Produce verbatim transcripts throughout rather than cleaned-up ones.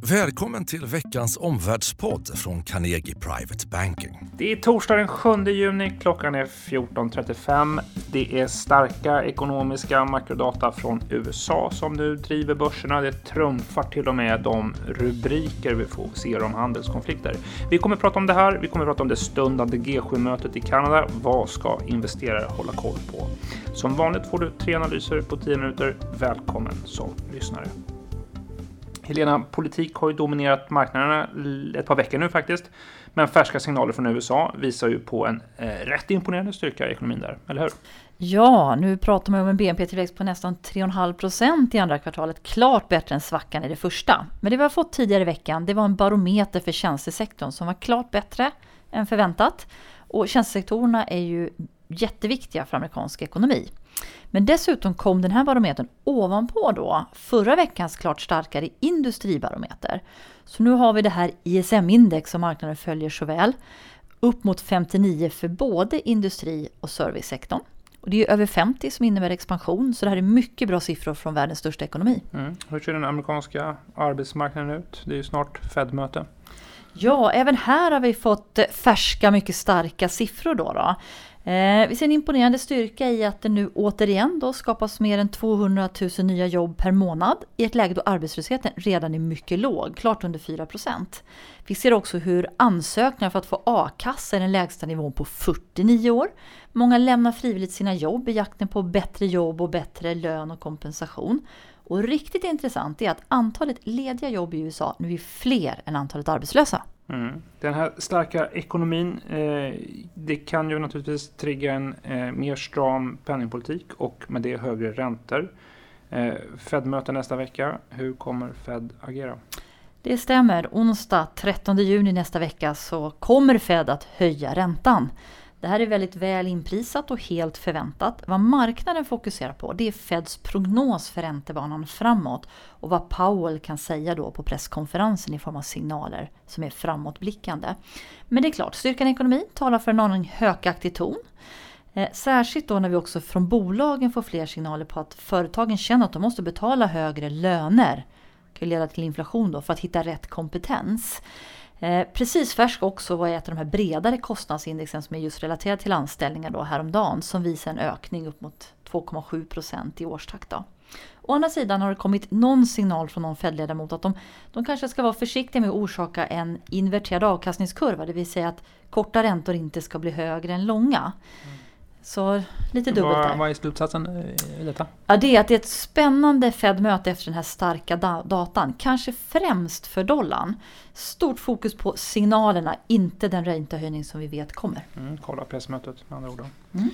Välkommen till veckans omvärldspodd från Carnegie Private Banking. Det är torsdag den sjunde juni, klockan är fjorton trettiofem. Det är starka ekonomiska makrodata från U S A som nu driver börserna. Det trumfar till och med de rubriker vi får se om handelskonflikter. Vi kommer att prata om det här, vi kommer att prata om det stundande G sju-mötet i Kanada. Vad ska investerare hålla koll på? Som vanligt får du tre analyser på tio minuter. Välkommen som lyssnare. Helena, politik har ju dominerat marknaderna ett par veckor nu faktiskt. Men färska signaler från U S A visar ju på en eh, rätt imponerande styrka i ekonomin där, eller hur? Ja, nu pratar man om en B N P-tillväxt på nästan tre komma fem procent i andra kvartalet. Klart bättre än svackan i det första. Men det vi har fått tidigare i veckan, det var en barometer för tjänstesektorn som var klart bättre än förväntat. Och tjänstesektorerna är ju jätteviktiga för amerikansk ekonomi. Men dessutom kom den här barometern ovanpå då förra veckans klart starkare industribarometer. Så nu har vi det här I S M-index som marknaden följer så väl. Upp mot femtionio för både industri- och servicesektorn. Och det är över femtio som innebär expansion, så det här är mycket bra siffror från världens största ekonomi. Mm. Hur ser den amerikanska arbetsmarknaden ut? Det är ju snart Fed-möte. Ja, även här har vi fått färska, mycket starka siffror då då. Eh, vi ser en imponerande styrka i att det nu återigen då skapas mer än tvåhundratusen nya jobb per månad i ett läge då arbetslösheten redan är mycket låg, klart under fyra procent. Vi ser också hur ansökningar för att få a-kassa är den lägsta nivån på fyrtionio år. Många lämnar frivilligt sina jobb i jakten på bättre jobb och bättre lön och kompensation. Och riktigt intressant är att antalet lediga jobb i U S A nu är fler än antalet arbetslösa. Mm. Den här starka ekonomin, eh, det kan ju naturligtvis trigga en eh, mer stram penningpolitik och med det högre räntor. Eh, Fed möter nästa vecka. Hur kommer Fed agera? Det stämmer. Onsdag trettonde juni nästa vecka så kommer Fed att höja räntan. Det här är väldigt väl inprisat och helt förväntat. Vad marknaden fokuserar på, det är Feds prognos för räntebanan framåt och vad Powell kan säga då på presskonferensen i form av signaler som är framåtblickande. Men det är klart, styrkan i ekonomin talar för en aning hökaktig ton. Eh, särskilt då när vi också från bolagen får fler signaler på att företagen känner att de måste betala högre löner. Det kan leda till inflation då för att hitta rätt kompetens. Eh, precis färsk också var ett av de här bredare kostnadsindexen som är just relaterad till anställningar då häromdagen som visar en ökning upp mot två komma sju procent i årstakt då. Å andra sidan har det kommit någon signal från någon Fed-ledamot att de, de kanske ska vara försiktiga med att orsaka en inverterad avkastningskurva, det vill säga att korta räntor inte ska bli högre än långa. Mm. Så lite dubbelt där. Vad, vad är slutsatsen i detta? Ja, det är att det är ett spännande Fed-möte efter den här starka da- datan. Kanske främst för dollarn. Stort fokus på signalerna, inte den räntehöjning som vi vet kommer. Mm, kolla pressmötet med andra ord. Mm.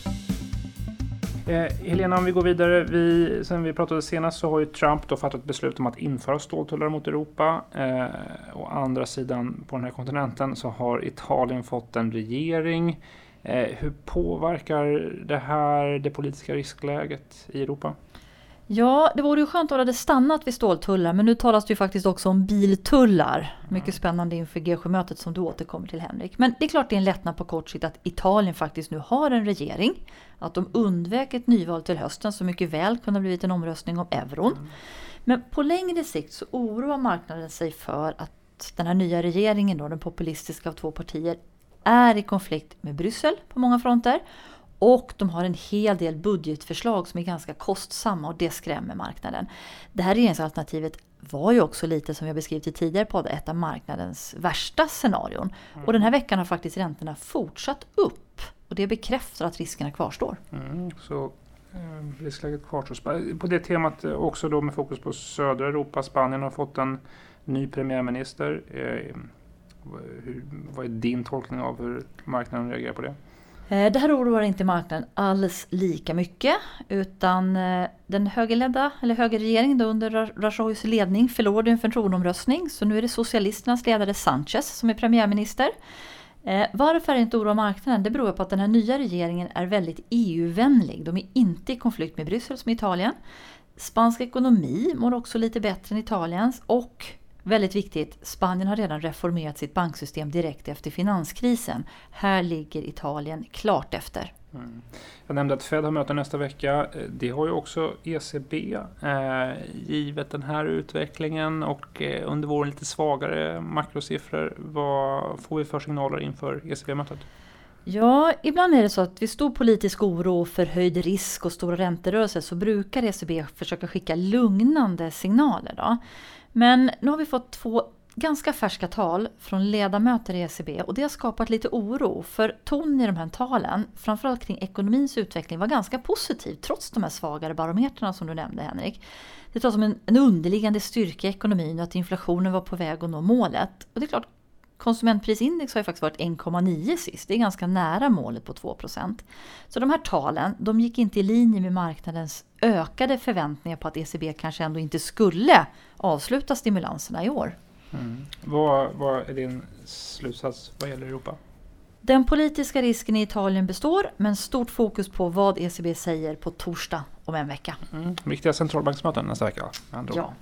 Eh, Helena, om vi går vidare. Vi, sen vi pratade senast så har ju Trump då fattat beslut om att införa ståltullar mot Europa. Eh, å andra sidan på den här kontinenten så har Italien fått en regering. Eh, hur påverkar det här det politiska riskläget i Europa? Ja, det vore ju skönt om det hade stannat vid ståltullar, men nu talas det ju faktiskt också om biltullar. Mycket spännande inför G sju-mötet som du återkommer till, Henrik. Men det är klart det är en lättnad på kort sikt att Italien faktiskt nu har en regering. Att de undvek ett nyval till hösten så mycket väl kunde ha blivit en omröstning om euron. Mm. Men på längre sikt så oroar marknaden sig för att den här nya regeringen, då, den populistiska av två partier, är i konflikt med Bryssel på många fronter och de har en hel del budgetförslag som är ganska kostsamma och det skrämmer marknaden. Det här regeringsalternativet var ju också lite som jag beskrivit i tidigare podd ett av marknadens värsta scenarion. Mm. Och den här veckan har faktiskt räntorna fortsatt upp och det bekräftar att riskerna kvarstår. Mm, så eh, riskläget kvarstår. På det temat också då med fokus på södra Europa, Spanien har fått en ny premiärminister. Eh, Hur, vad är din tolkning av hur marknaden reagerar på det? Det här oroar inte marknaden alls lika mycket, utan den högerledda eller högerregeringen då under Rajoys ledning förlorade en förtroendeomröstning, så nu är det socialisternas ledare Sanchez som är premiärminister. Varför är det inte oroa marknaden? Det beror på att den här nya regeringen är väldigt E U-vänlig. De är inte i konflikt med Bryssel som Italien. Spansk ekonomi mår också lite bättre än Italiens och väldigt viktigt, Spanien har redan reformerat sitt banksystem direkt efter finanskrisen. Här ligger Italien klart efter Mm. Jag nämnde att Fed har möte nästa vecka. Det har ju också E C B. Eh, givet den här utvecklingen och eh, under våren lite svagare makrosiffror, vad får vi för signaler inför E C B-mötet? Ja, ibland är det så att vid stor politisk oro, förhöjd risk och stora ränterörelser så brukar E C B försöka skicka lugnande signaler. Då. Men nu har vi fått två ganska färska tal från ledamöter i E C B och det har skapat lite oro, för tonen i de här talen, framförallt kring ekonomins utveckling, var ganska positiv trots de här svagare barometrarna som du nämnde, Henrik. Det talas om en, en underliggande styrka i ekonomin och att inflationen var på väg att nå målet. Och det är klart, konsumentprisindex har ju faktiskt varit en komma nio sist. Det är ganska nära målet på två procent. Så de här talen, de gick inte i linje med marknadens ökade förväntningar på att E C B kanske ändå inte skulle avsluta stimulanserna i år. Mm. Vad, vad är din slutsats vad gäller Europa? Den politiska risken i Italien består, men stort fokus på vad E C B säger på torsdag om en vecka. Mm. Viktiga centralbanksmöten nästa vecka. Ja.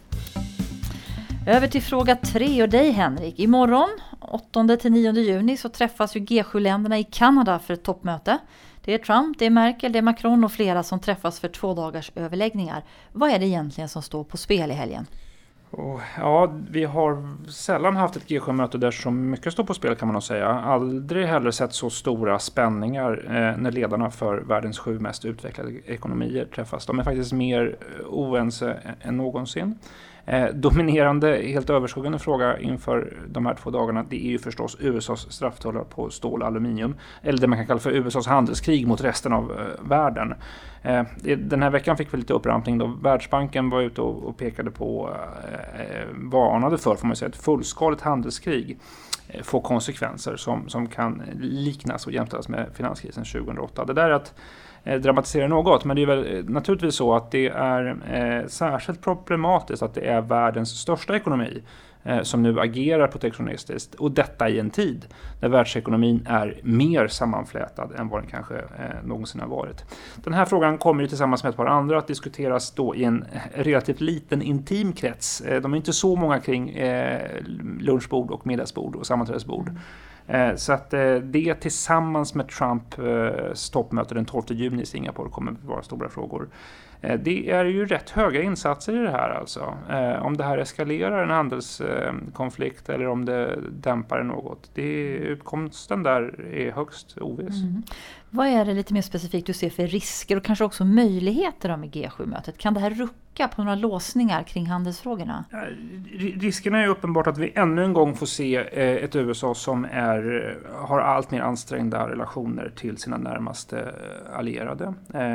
Över till fråga tre och dig, Henrik. Imorgon, åttonde till nionde juni, så träffas ju G sju-länderna i Kanada för ett toppmöte. Det är Trump, det är Merkel, det är Macron och flera som träffas för två dagars överläggningar. Vad är det egentligen som står på spel i helgen? Oh, ja, vi har sällan haft ett G sju-möte där så mycket står på spel, kan man nog säga. Aldrig heller sett så stora spänningar eh, när ledarna för världens sju mest utvecklade ekonomier träffas. De är faktiskt mer oense än någonsin. Eh, dominerande, helt överskuggande fråga inför de här två dagarna, det är ju förstås U S A:s strafftullar på stål och aluminium, eller det man kan kalla för U S A:s handelskrig mot resten av eh, världen. Eh, den här veckan fick vi lite upprampning då. Världsbanken var ute och, och pekade på, eh, varnade för, får man säga, ett fullskaligt handelskrig eh, får konsekvenser som, som kan liknas och jämställas med finanskrisen tjugohundraåtta. Det där är att dramatisera något, men det är väl naturligtvis så att det är eh, särskilt problematiskt att det är världens största ekonomi eh, som nu agerar protektionistiskt, och detta i en tid när världsekonomin är mer sammanflätad än vad den kanske eh, någonsin har varit. Den här frågan kommer ju tillsammans med ett par andra att diskuteras då i en relativt liten intim krets. Eh, de är inte så många kring eh, lunchbord och middagsbord och sammanträdesbord. Så att det tillsammans med Trumps toppmöte den tolfte juni i Singapore kommer att vara stora frågor. Det är ju rätt höga insatser i det här alltså. Om det här eskalerar en handelskonflikt eller om det dämpar något. Det, utkomsten där är högst oviss. Mm. Vad är det lite mer specifikt du ser för risker och kanske också möjligheter med G sju-mötet? Kan det här rucka på några låsningar kring handelsfrågorna? Riskerna är uppenbart att vi ännu en gång får se ett U S A som är, har allt mer ansträngda relationer till sina närmaste allierade.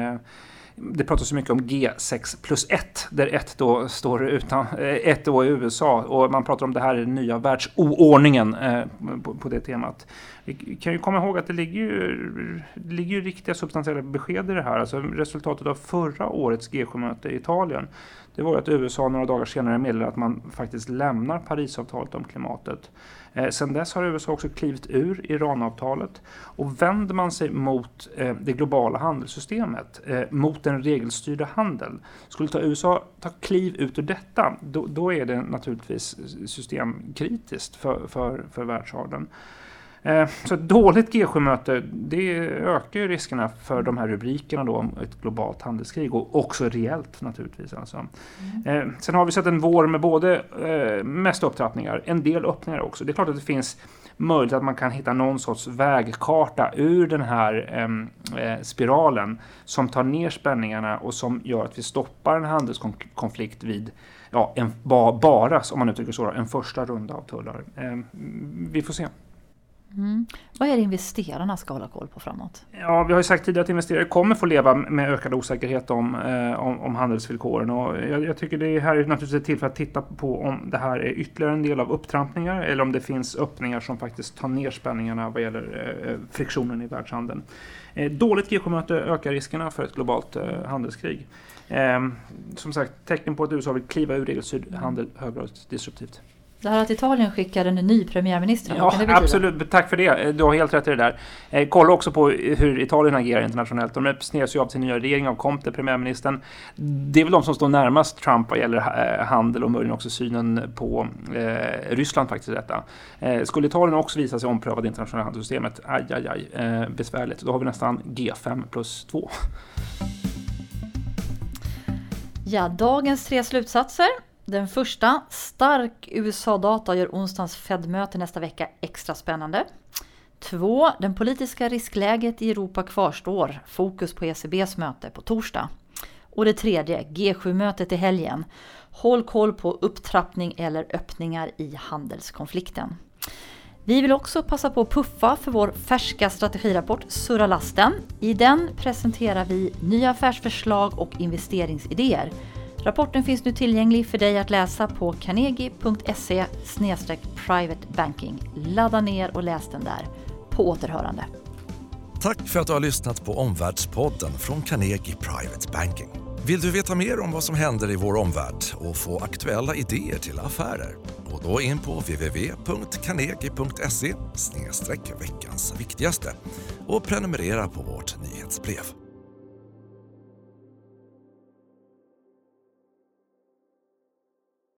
Det pratas så mycket om G sex plus ett, där ett då står utan, ett då i U S A, och man pratar om det här den nya världsoordningen eh, på, på det temat. Vi kan ju komma ihåg att det ligger ju, det ligger ju riktiga substantiella besked i det här. Alltså resultatet av förra årets G sju-möte i Italien, det var att U S A några dagar senare meddelade att man faktiskt lämnar Parisavtalet om klimatet. Eh, sen dess har U S A också klivit ur Iranavtalet, och vänder man sig mot eh, det globala handelssystemet, eh, mot den regelstyrda handel, skulle ta U S A ta kliv ut ur detta, då, då är det naturligtvis systemkritiskt för, för, för världshandeln. Så ett dåligt G sju-möte, det ökar ju riskerna för de här rubrikerna då om ett globalt handelskrig, och också reellt naturligtvis. Alltså. Mm. Sen har vi sett en vår med både eh, mest upptrappningar, en del öppningar också. Det är klart att det finns möjlighet att man kan hitta någon sorts vägkarta ur den här eh, spiralen som tar ner spänningarna och som gör att vi stoppar en handelskonflikt vid ja, en, bara, om man uttrycker så, en första runda av tullar. Eh, vi får se. Mm. Vad är det investerarna ska hålla koll på framåt? Ja, vi har ju sagt tidigare att investerare kommer få leva med ökad osäkerhet om, eh, om, om handelsvillkoren. Och jag, jag tycker det här är naturligtvis ett tillfälle att titta på om det här är ytterligare en del av upptrampningar eller om det finns öppningar som faktiskt tar ner spänningarna vad gäller eh, friktionen i världshandeln. Eh, dåligt G sju-möte ökar riskerna för ett globalt eh, handelskrig. Eh, som sagt, tecken på att U S A vill kliva ur regelstyrd handel högrörligt disruptivt. Det här att Italien skickar en ny premiärminister. Ja, absolut. Tack för det. Du har helt rätt i det där. Eh, kolla också på hur Italien agerar internationellt. De representeras ju av sin nya regering av Conte, premiärministern. Det är väl de som står närmast Trump vad gäller eh, handel och möjligen också synen på eh, Ryssland faktiskt i detta. Eh, skulle Italien också visa sig ompröva det internationella handelssystemet? Aj, aj, aj. Eh, besvärligt. Då har vi nästan G fem plus två. Ja, dagens tre slutsatser. Den första, stark U S A-data gör onsdagens Fed-möte nästa vecka extra spännande. Två, den politiska riskläget i Europa kvarstår. Fokus på E C B:s möte på torsdag. Och det tredje, G sju-mötet i helgen. Håll koll på upptrappning eller öppningar i handelskonflikten. Vi vill också passa på att puffa för vår färska strategirapport Surra lasten. I den presenterar vi nya affärsförslag och investeringsidéer. Rapporten finns nu tillgänglig för dig att läsa på carnegie.se snedstreck private banking. Ladda ner och läs den där. På återhörande. Tack för att du har lyssnat på Omvärldspodden från Carnegie Private Banking. Vill du veta mer om vad som händer i vår omvärld och få aktuella idéer till affärer? Gå då in på w w w punkt carnegie punkt se snedstreck veckans viktigaste och prenumerera på vårt nyhetsbrev.